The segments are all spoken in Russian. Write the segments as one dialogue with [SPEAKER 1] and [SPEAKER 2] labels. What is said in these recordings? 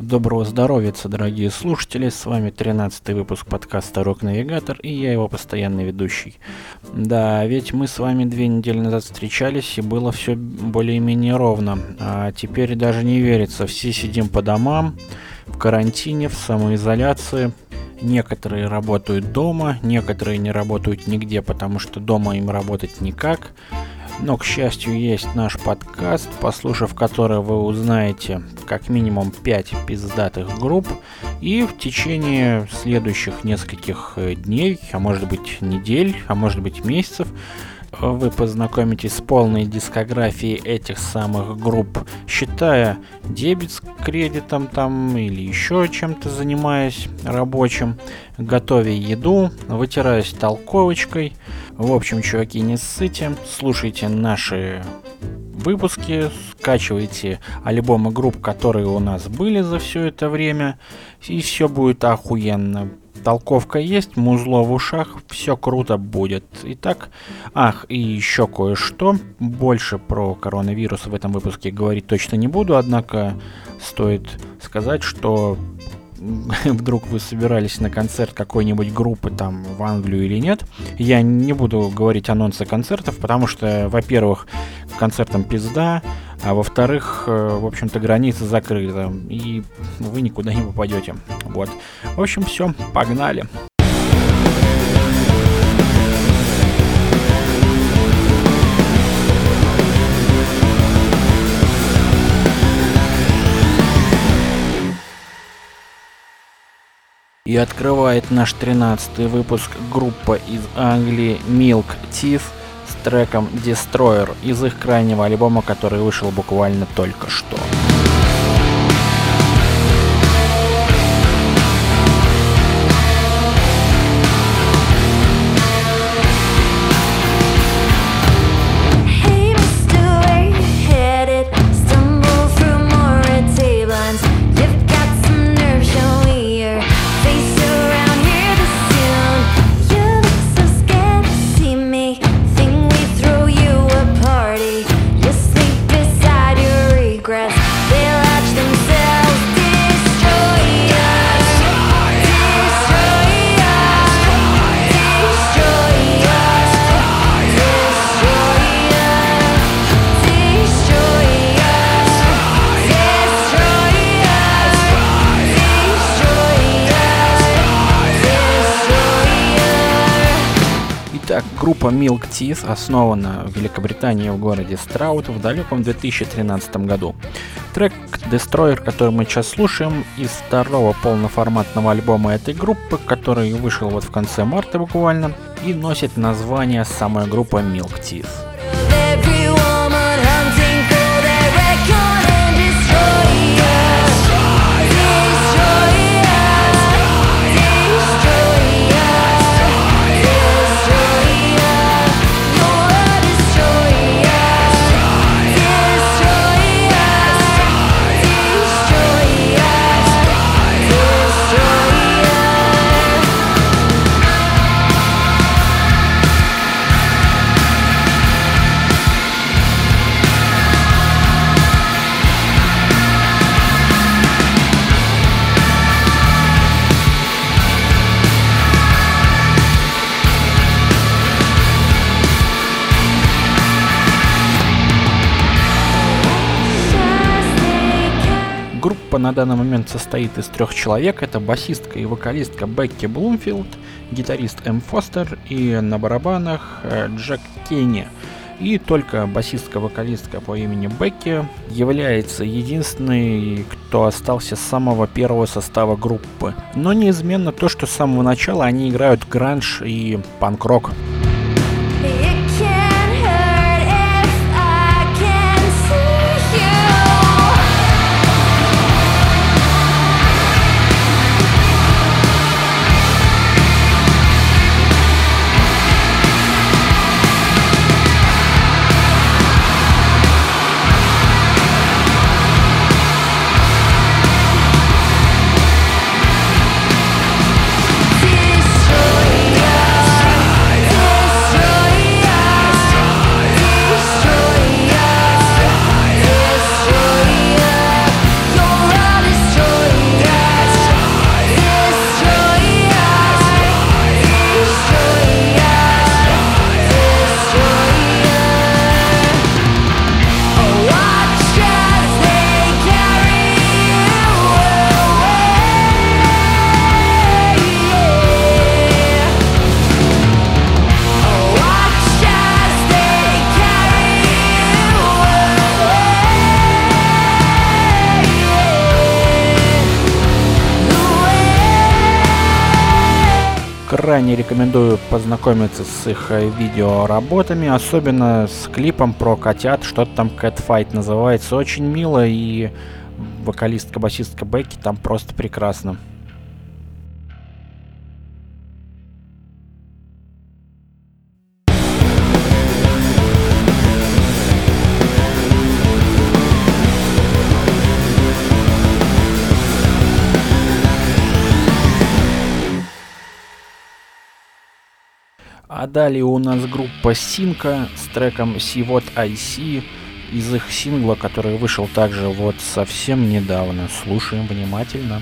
[SPEAKER 1] Доброго здоровья, дорогие слушатели, с вами 13-й выпуск подкаста «Рок-навигатор» и я его постоянный ведущий. Да, ведь мы с вами 2 недели назад встречались и было все более-менее ровно, а теперь даже не верится, все сидим по домам, в карантине, в самоизоляции. Некоторые работают дома, некоторые не работают нигде, потому что дома им работать никак. Но, к счастью, есть наш подкаст, послушав который вы узнаете как минимум 5 пиздатых групп, и в течение следующих нескольких дней, а может быть недель, а может быть месяцев, вы познакомитесь с полной дискографией этих самых групп, считая дебет с кредитом там или еще чем-то занимаясь рабочим, готовя еду, вытираясь толковочкой. В общем, чуваки, не ссыте, слушайте наши выпуски, скачивайте альбомы групп, которые у нас были за все это время, и все будет охуенно. Толковка есть, музло в ушах, все круто будет. Итак, и еще кое-что. Больше про коронавирус в этом выпуске говорить точно не буду, однако стоит сказать, что вдруг вы собирались на концерт какой-нибудь группы там в Англию или нет, я не буду говорить анонсы концертов, потому что, во-первых, концертам пизда, а во-вторых, в общем-то, граница закрыта, и вы никуда не попадете. Вот. В общем, все, погнали. И открывает наш 13-й выпуск группа из Англии Milk Teeth с треком Destroyer из их крайнего альбома, который вышел буквально только что. Группа Milk Teeth основана в Великобритании в городе Страут в далеком 2013 году. Трек Destroyer, который мы сейчас слушаем, из второго полноформатного альбома этой группы, который вышел вот в конце марта буквально, и носит название самая группа Milk Teeth. Группа на данный момент состоит из 3 человек. Это басистка и вокалистка Бекки Блумфилд, гитарист Эм Фостер и на барабанах Джек Кенни. И только басистка-вокалистка по имени Бекки является единственной, кто остался с самого первого состава группы. Но неизменно то, что с самого начала они играют гранж и панк-рок. Крайне рекомендую познакомиться с их видеоработами, особенно с клипом про котят, что-то там Catfight называется, очень мило, и вокалистка-басистка Бекки там просто прекрасно. А далее у нас группа Синка с треком See What I See из их сингла, который вышел также вот совсем недавно. Слушаем внимательно.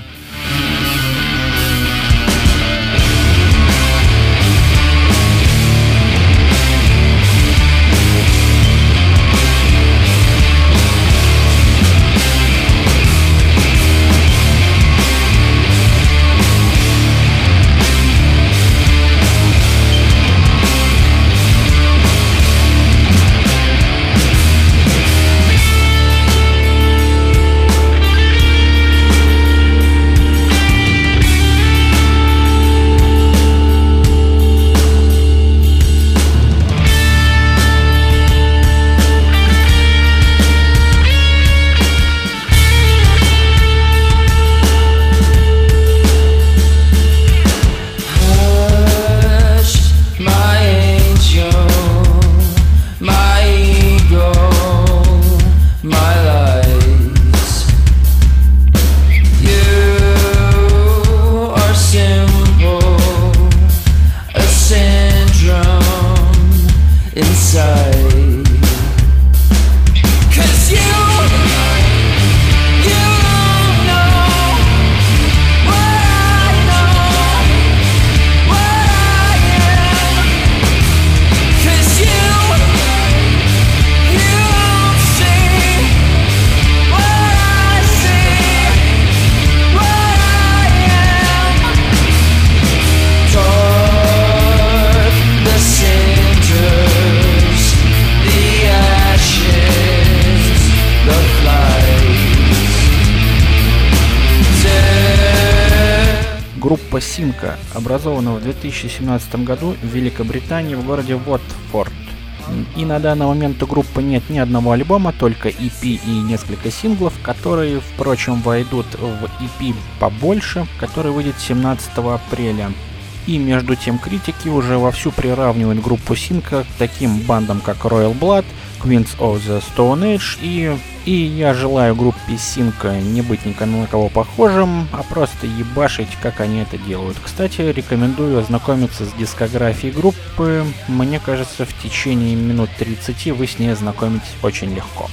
[SPEAKER 1] Группа Синка образована в 2017 году в Великобритании в городе Уотфорд. И на данный момент у группы нет ни одного альбома, только EP и несколько синглов, которые, впрочем, войдут в EP побольше, который выйдет 17 апреля. И между тем критики уже вовсю приравнивают группу Синка к таким бандам, как Royal Blood, Queens of the Stone Age, и я желаю группе Синка не быть ни на кого похожим, а просто ебашить, как они это делают. Кстати, рекомендую ознакомиться с дискографией группы. Мне кажется, в течение минут 30 вы с ней ознакомитесь очень легко.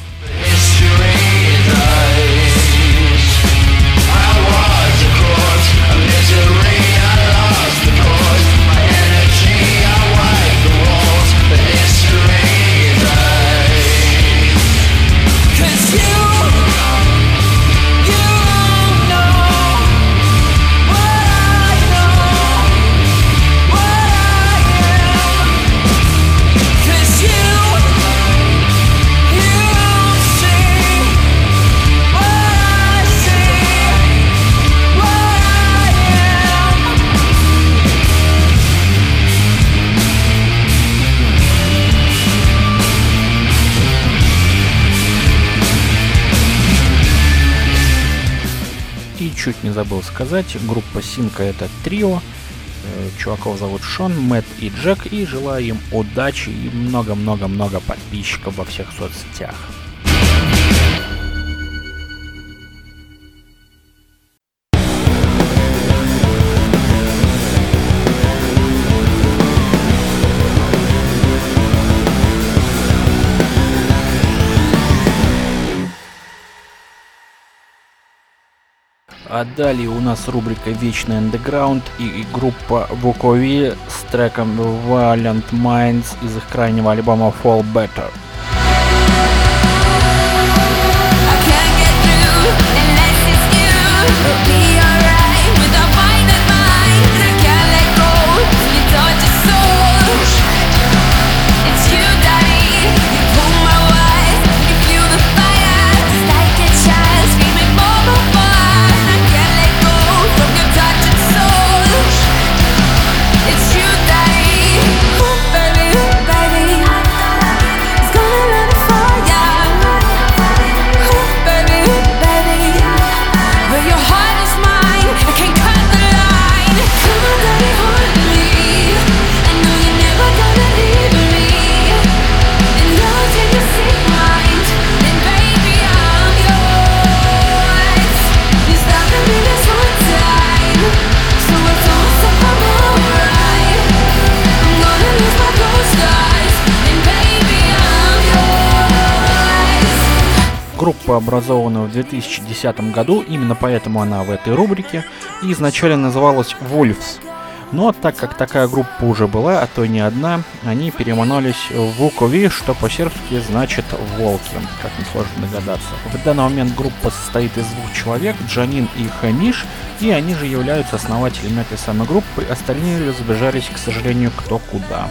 [SPEAKER 1] Чуть не забыл сказать, группа Синка — это трио, чуваков зовут Шон, Мэтт и Джек, и желаю им удачи и много-много-много подписчиков во всех соцсетях. А далее у нас рубрика «Вечный андеграунд» и группа Vukovi с треком Violent Minds из их крайнего альбома Fall Better.
[SPEAKER 2] It's
[SPEAKER 1] группа, образованная в 2010 году, именно поэтому она в этой рубрике, и изначально называлась Wolves. Но так как такая группа уже была, а то и не одна, они переименовались в Vukovi, что по-сербски значит «волки», как несложно догадаться. В данный момент группа состоит из двух человек, Джанин и Хамиш, и они же являются основателями этой самой группы, остальные разбежались, к сожалению, кто куда.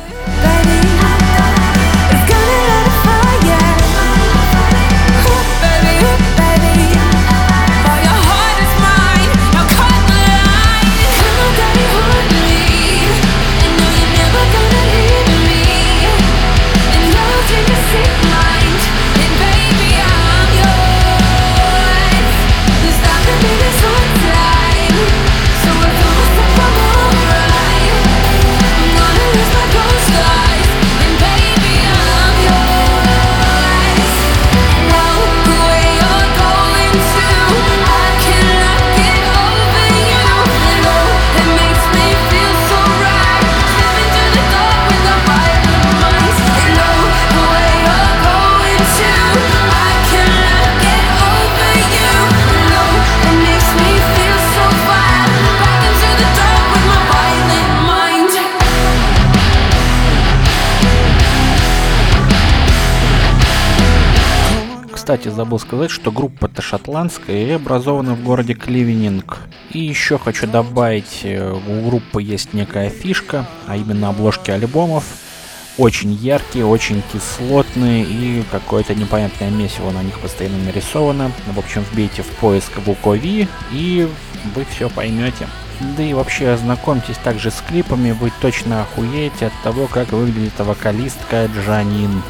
[SPEAKER 1] Кстати, забыл сказать, что группа-то шотландская и образована в городе Кливенинг. И еще хочу добавить, у группы есть некая фишка, а именно обложки альбомов. Очень яркие, очень кислотные и какое-то непонятное месиво на них постоянно нарисовано. В общем, вбейте в поиск Vukovi и вы все поймете. Да и вообще ознакомьтесь также с клипами, вы точно охуеете от того, как выглядит вокалистка Джанин.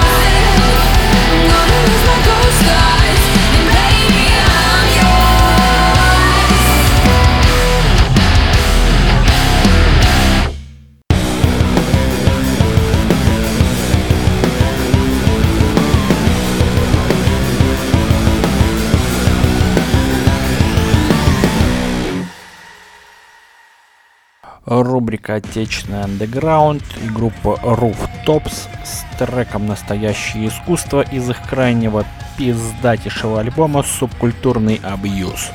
[SPEAKER 1] Рубрика «Отечественный андеграунд» и группа Rooftops с треком «Настоящее искусство» из их крайнего пиздатейшего альбома «Субкультурный абьюз».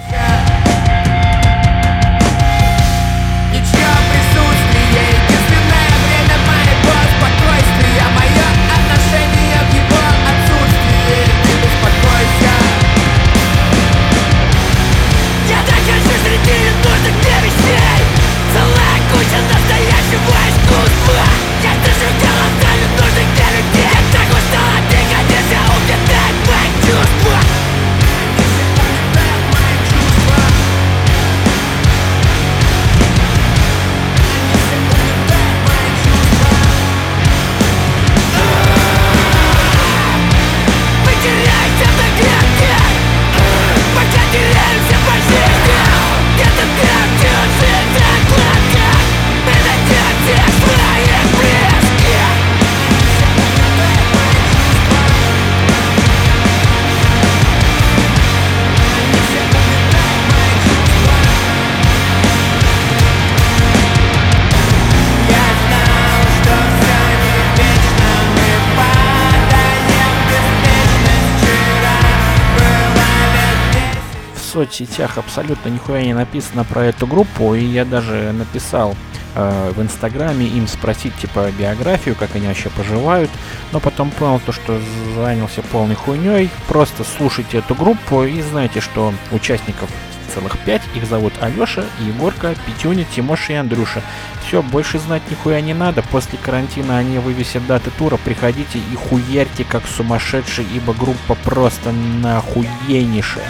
[SPEAKER 1] В соцсетях абсолютно нихуя не написано про эту группу, и я даже написал в инстаграме им спросить типа биографию, как они вообще поживают, но потом понял то, что занялся полной хуйней. Просто слушайте эту группу и знаете, что участников целых 5, их зовут Алеша, Егорка, Петюня, Тимоша и Андрюша. Все, больше знать нихуя не надо, после карантина они вывесят даты тура, приходите и хуярьте как сумасшедшие, ибо группа просто нахуеннейшая.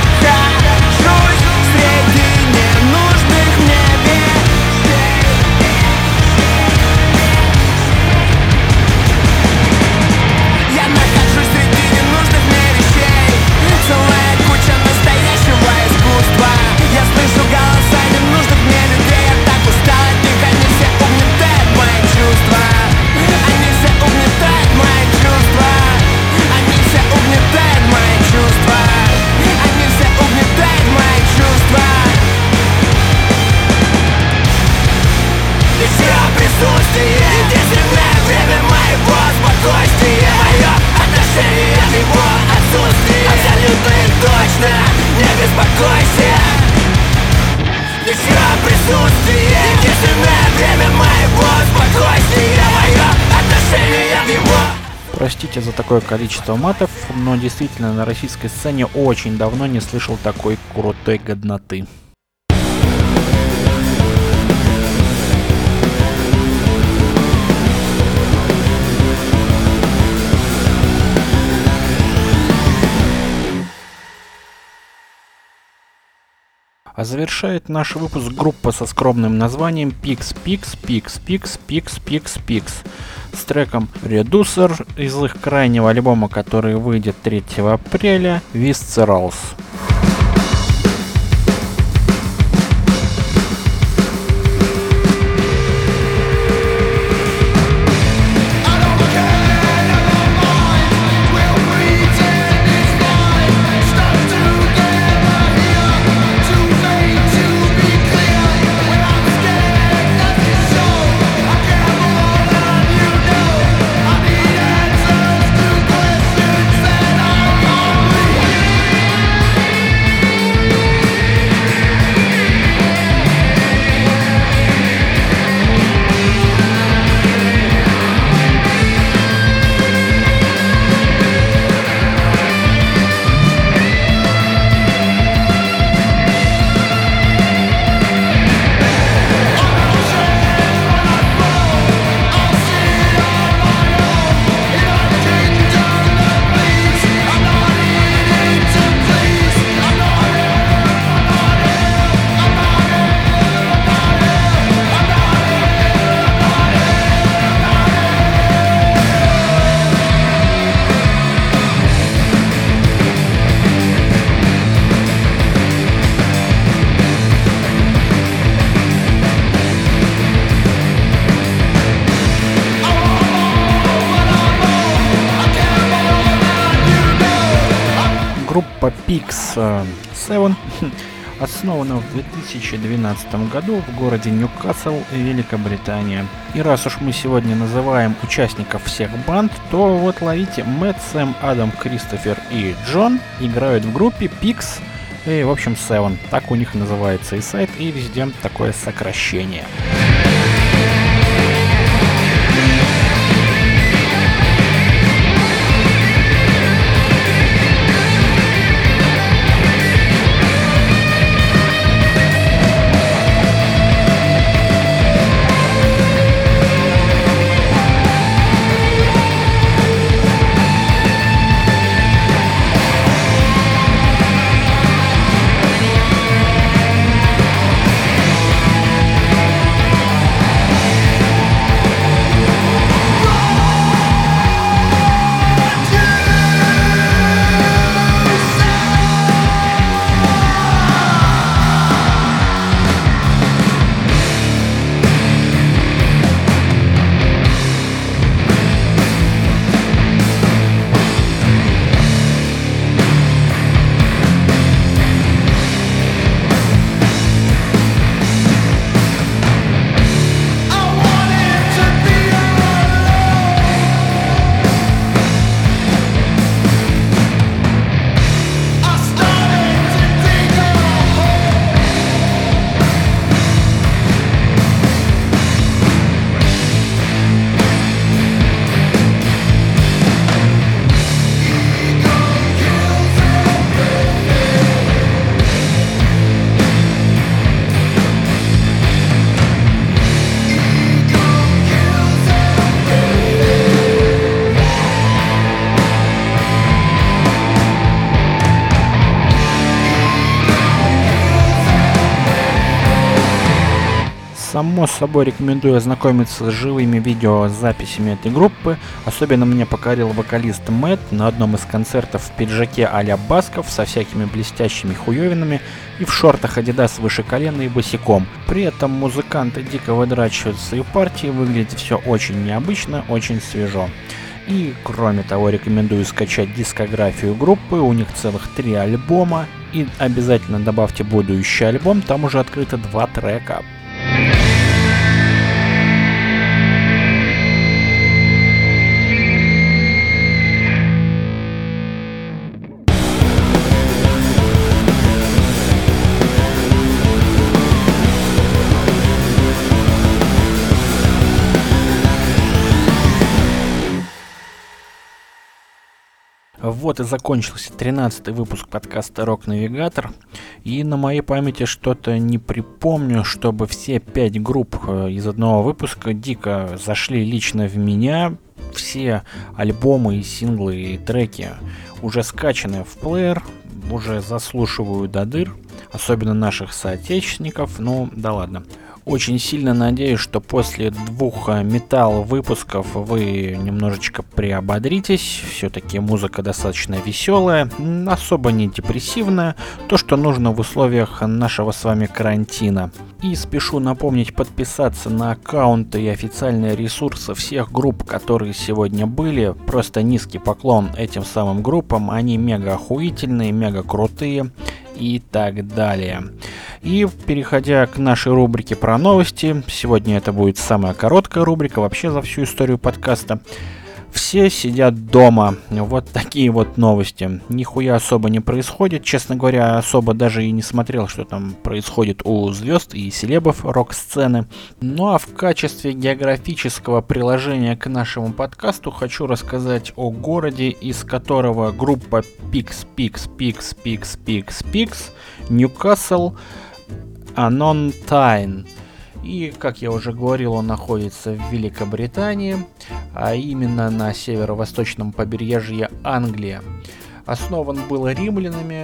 [SPEAKER 1] Среди ненужных мне вещей я нахожусь среди ненужных мне вещей. Целая куча настоящего искусства. Я слышу голоса ненужных мне людей. Я так устал от них, они все угнетают мои чувства. Они все угнетают мои чувства. Они все угнетают мои чувства. Они все угнетают.
[SPEAKER 2] отсутствие. Единственное время моего спокойствия, мое отношение в его.
[SPEAKER 1] Простите за такое количество матов, но действительно на российской сцене очень давно не слышал такой крутой годноты. А завершает наш выпуск группа со скромным названием Pix с треком Reducer из их крайнего альбома, который выйдет 3 апреля, Viscerals. Группа Pix 7 основана в 2012 году в городе Ньюкасл, Великобритания. И раз уж мы сегодня называем участников всех банд, то вот ловите: Мэтт, Сэм, Адам, Кристофер и Джон играют в группе Pix, и в общем 7. Так у них называется и сайт, и везде такое сокращение. Само собой рекомендую ознакомиться с живыми видеозаписями этой группы. Особенно мне покорил вокалист Мэтт на одном из концертов в пиджаке а-ля Басков со всякими блестящими хуёвинами и в шортах Adidas выше колена и босиком. При этом музыканты дико выдрачивают свои партии, выглядит все очень необычно, очень свежо. И кроме того рекомендую скачать дискографию группы, у них целых 3 альбома. И обязательно добавьте будущий альбом, там уже открыто 2 трека. Вот и закончился 13-й выпуск подкаста «Рок-навигатор». И на моей памяти что-то не припомню, чтобы все 5 групп из одного выпуска дико зашли лично в меня. Все альбомы, и синглы и треки уже скачаны в плеер, уже заслушиваю до дыр, особенно наших соотечественников, ну да ладно. Очень сильно надеюсь, что после 2 металл-выпусков вы немножечко приободритесь. Все-таки музыка достаточно веселая, особо не депрессивная. То, что нужно в условиях нашего с вами карантина. И спешу напомнить подписаться на аккаунты и официальные ресурсы всех групп, которые сегодня были. Просто низкий поклон этим самым группам. Они мега охуительные, мега крутые и так далее. И переходя к нашей рубрике про новости, сегодня это будет самая короткая рубрика вообще за всю историю подкаста. Все сидят дома. Вот такие вот новости. Нихуя особо не происходит. Честно говоря, особо даже и не смотрел, что там происходит у звезд и селебов рок-сцены. Ну а в качестве географического приложения к нашему подкасту хочу рассказать о городе, из которого группа Pigs Newcastle on Tyne. И, как я уже говорил, он находится в Великобритании, а именно на северо-восточном побережье Англии. Основан был римлянами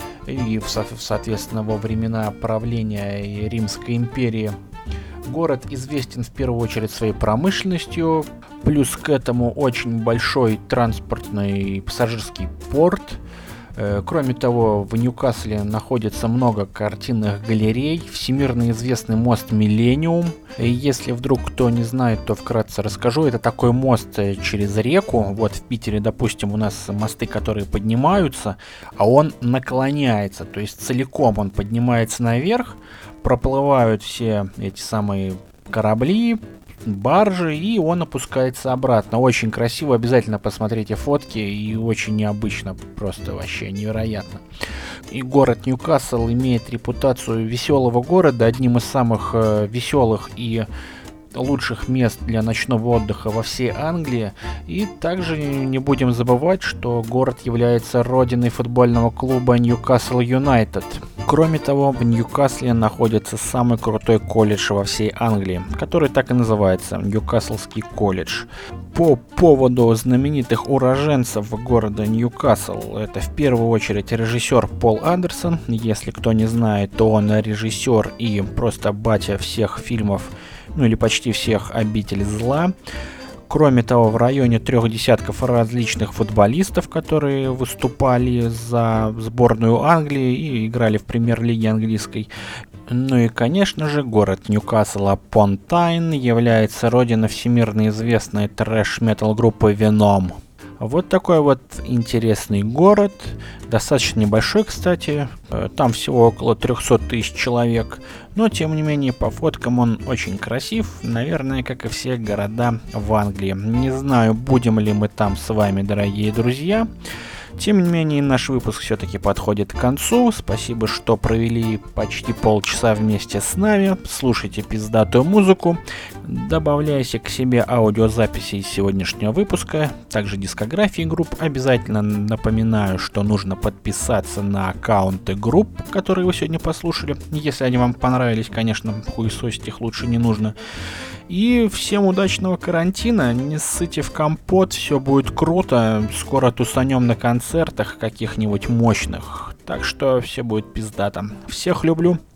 [SPEAKER 1] и, соответственно, во времена правления Римской империи. Город известен в первую очередь своей промышленностью, плюс к этому очень большой транспортный пассажирский порт. Кроме того, в Ньюкасле находится много картинных галерей, всемирно известный мост Миллениум. Если вдруг кто не знает, то вкратце расскажу. Это такой мост через реку. Вот в Питере, допустим, у нас мосты, которые поднимаются, а он наклоняется. То есть целиком он поднимается наверх, проплывают все эти самые корабли, баржи, и он опускается обратно. Очень красиво, обязательно посмотрите фотки, и очень необычно, просто вообще невероятно. И город Ньюкасл имеет репутацию веселого города, одним из самых веселых и лучших мест для ночного отдыха во всей Англии. И также не будем забывать, что город является родиной футбольного клуба Ньюкасл Юнайтед. Кроме того, в Ньюкасле находится самый крутой колледж во всей Англии, который так и называется — Ньюкаслский колледж. По поводу знаменитых уроженцев города Ньюкасл, это в первую очередь режиссер Пол Андерсон. Если кто не знает, то он режиссер и просто батя всех фильмов, ну или почти всех «Обитель зла». Кроме того, в районе 3 десятков различных футболистов, которые выступали за сборную Англии и играли в премьер-лиге английской. Ну и, конечно же, город Ньюкасл-апон-Тайн является родиной всемирно известной трэш-метал группы Venom. Вот такой вот интересный город, достаточно небольшой, кстати, там всего около 300 тысяч человек, но тем не менее по фоткам он очень красив, наверное, как и все города в Англии. Не знаю, будем ли мы там с вами, дорогие друзья. Тем не менее, наш выпуск все-таки подходит к концу. Спасибо, что провели почти полчаса вместе с нами. Слушайте пиздатую музыку. Добавляйте к себе аудиозаписи из сегодняшнего выпуска. Также дискографии групп. Обязательно напоминаю, что нужно подписаться на аккаунты групп, которые вы сегодня послушали. Если они вам понравились, конечно, хуесосить их лучше не нужно. И всем удачного карантина, не ссыте в компот, все будет круто, скоро тусанем на концертах каких-нибудь мощных, так что все будет пиздато. Всех люблю.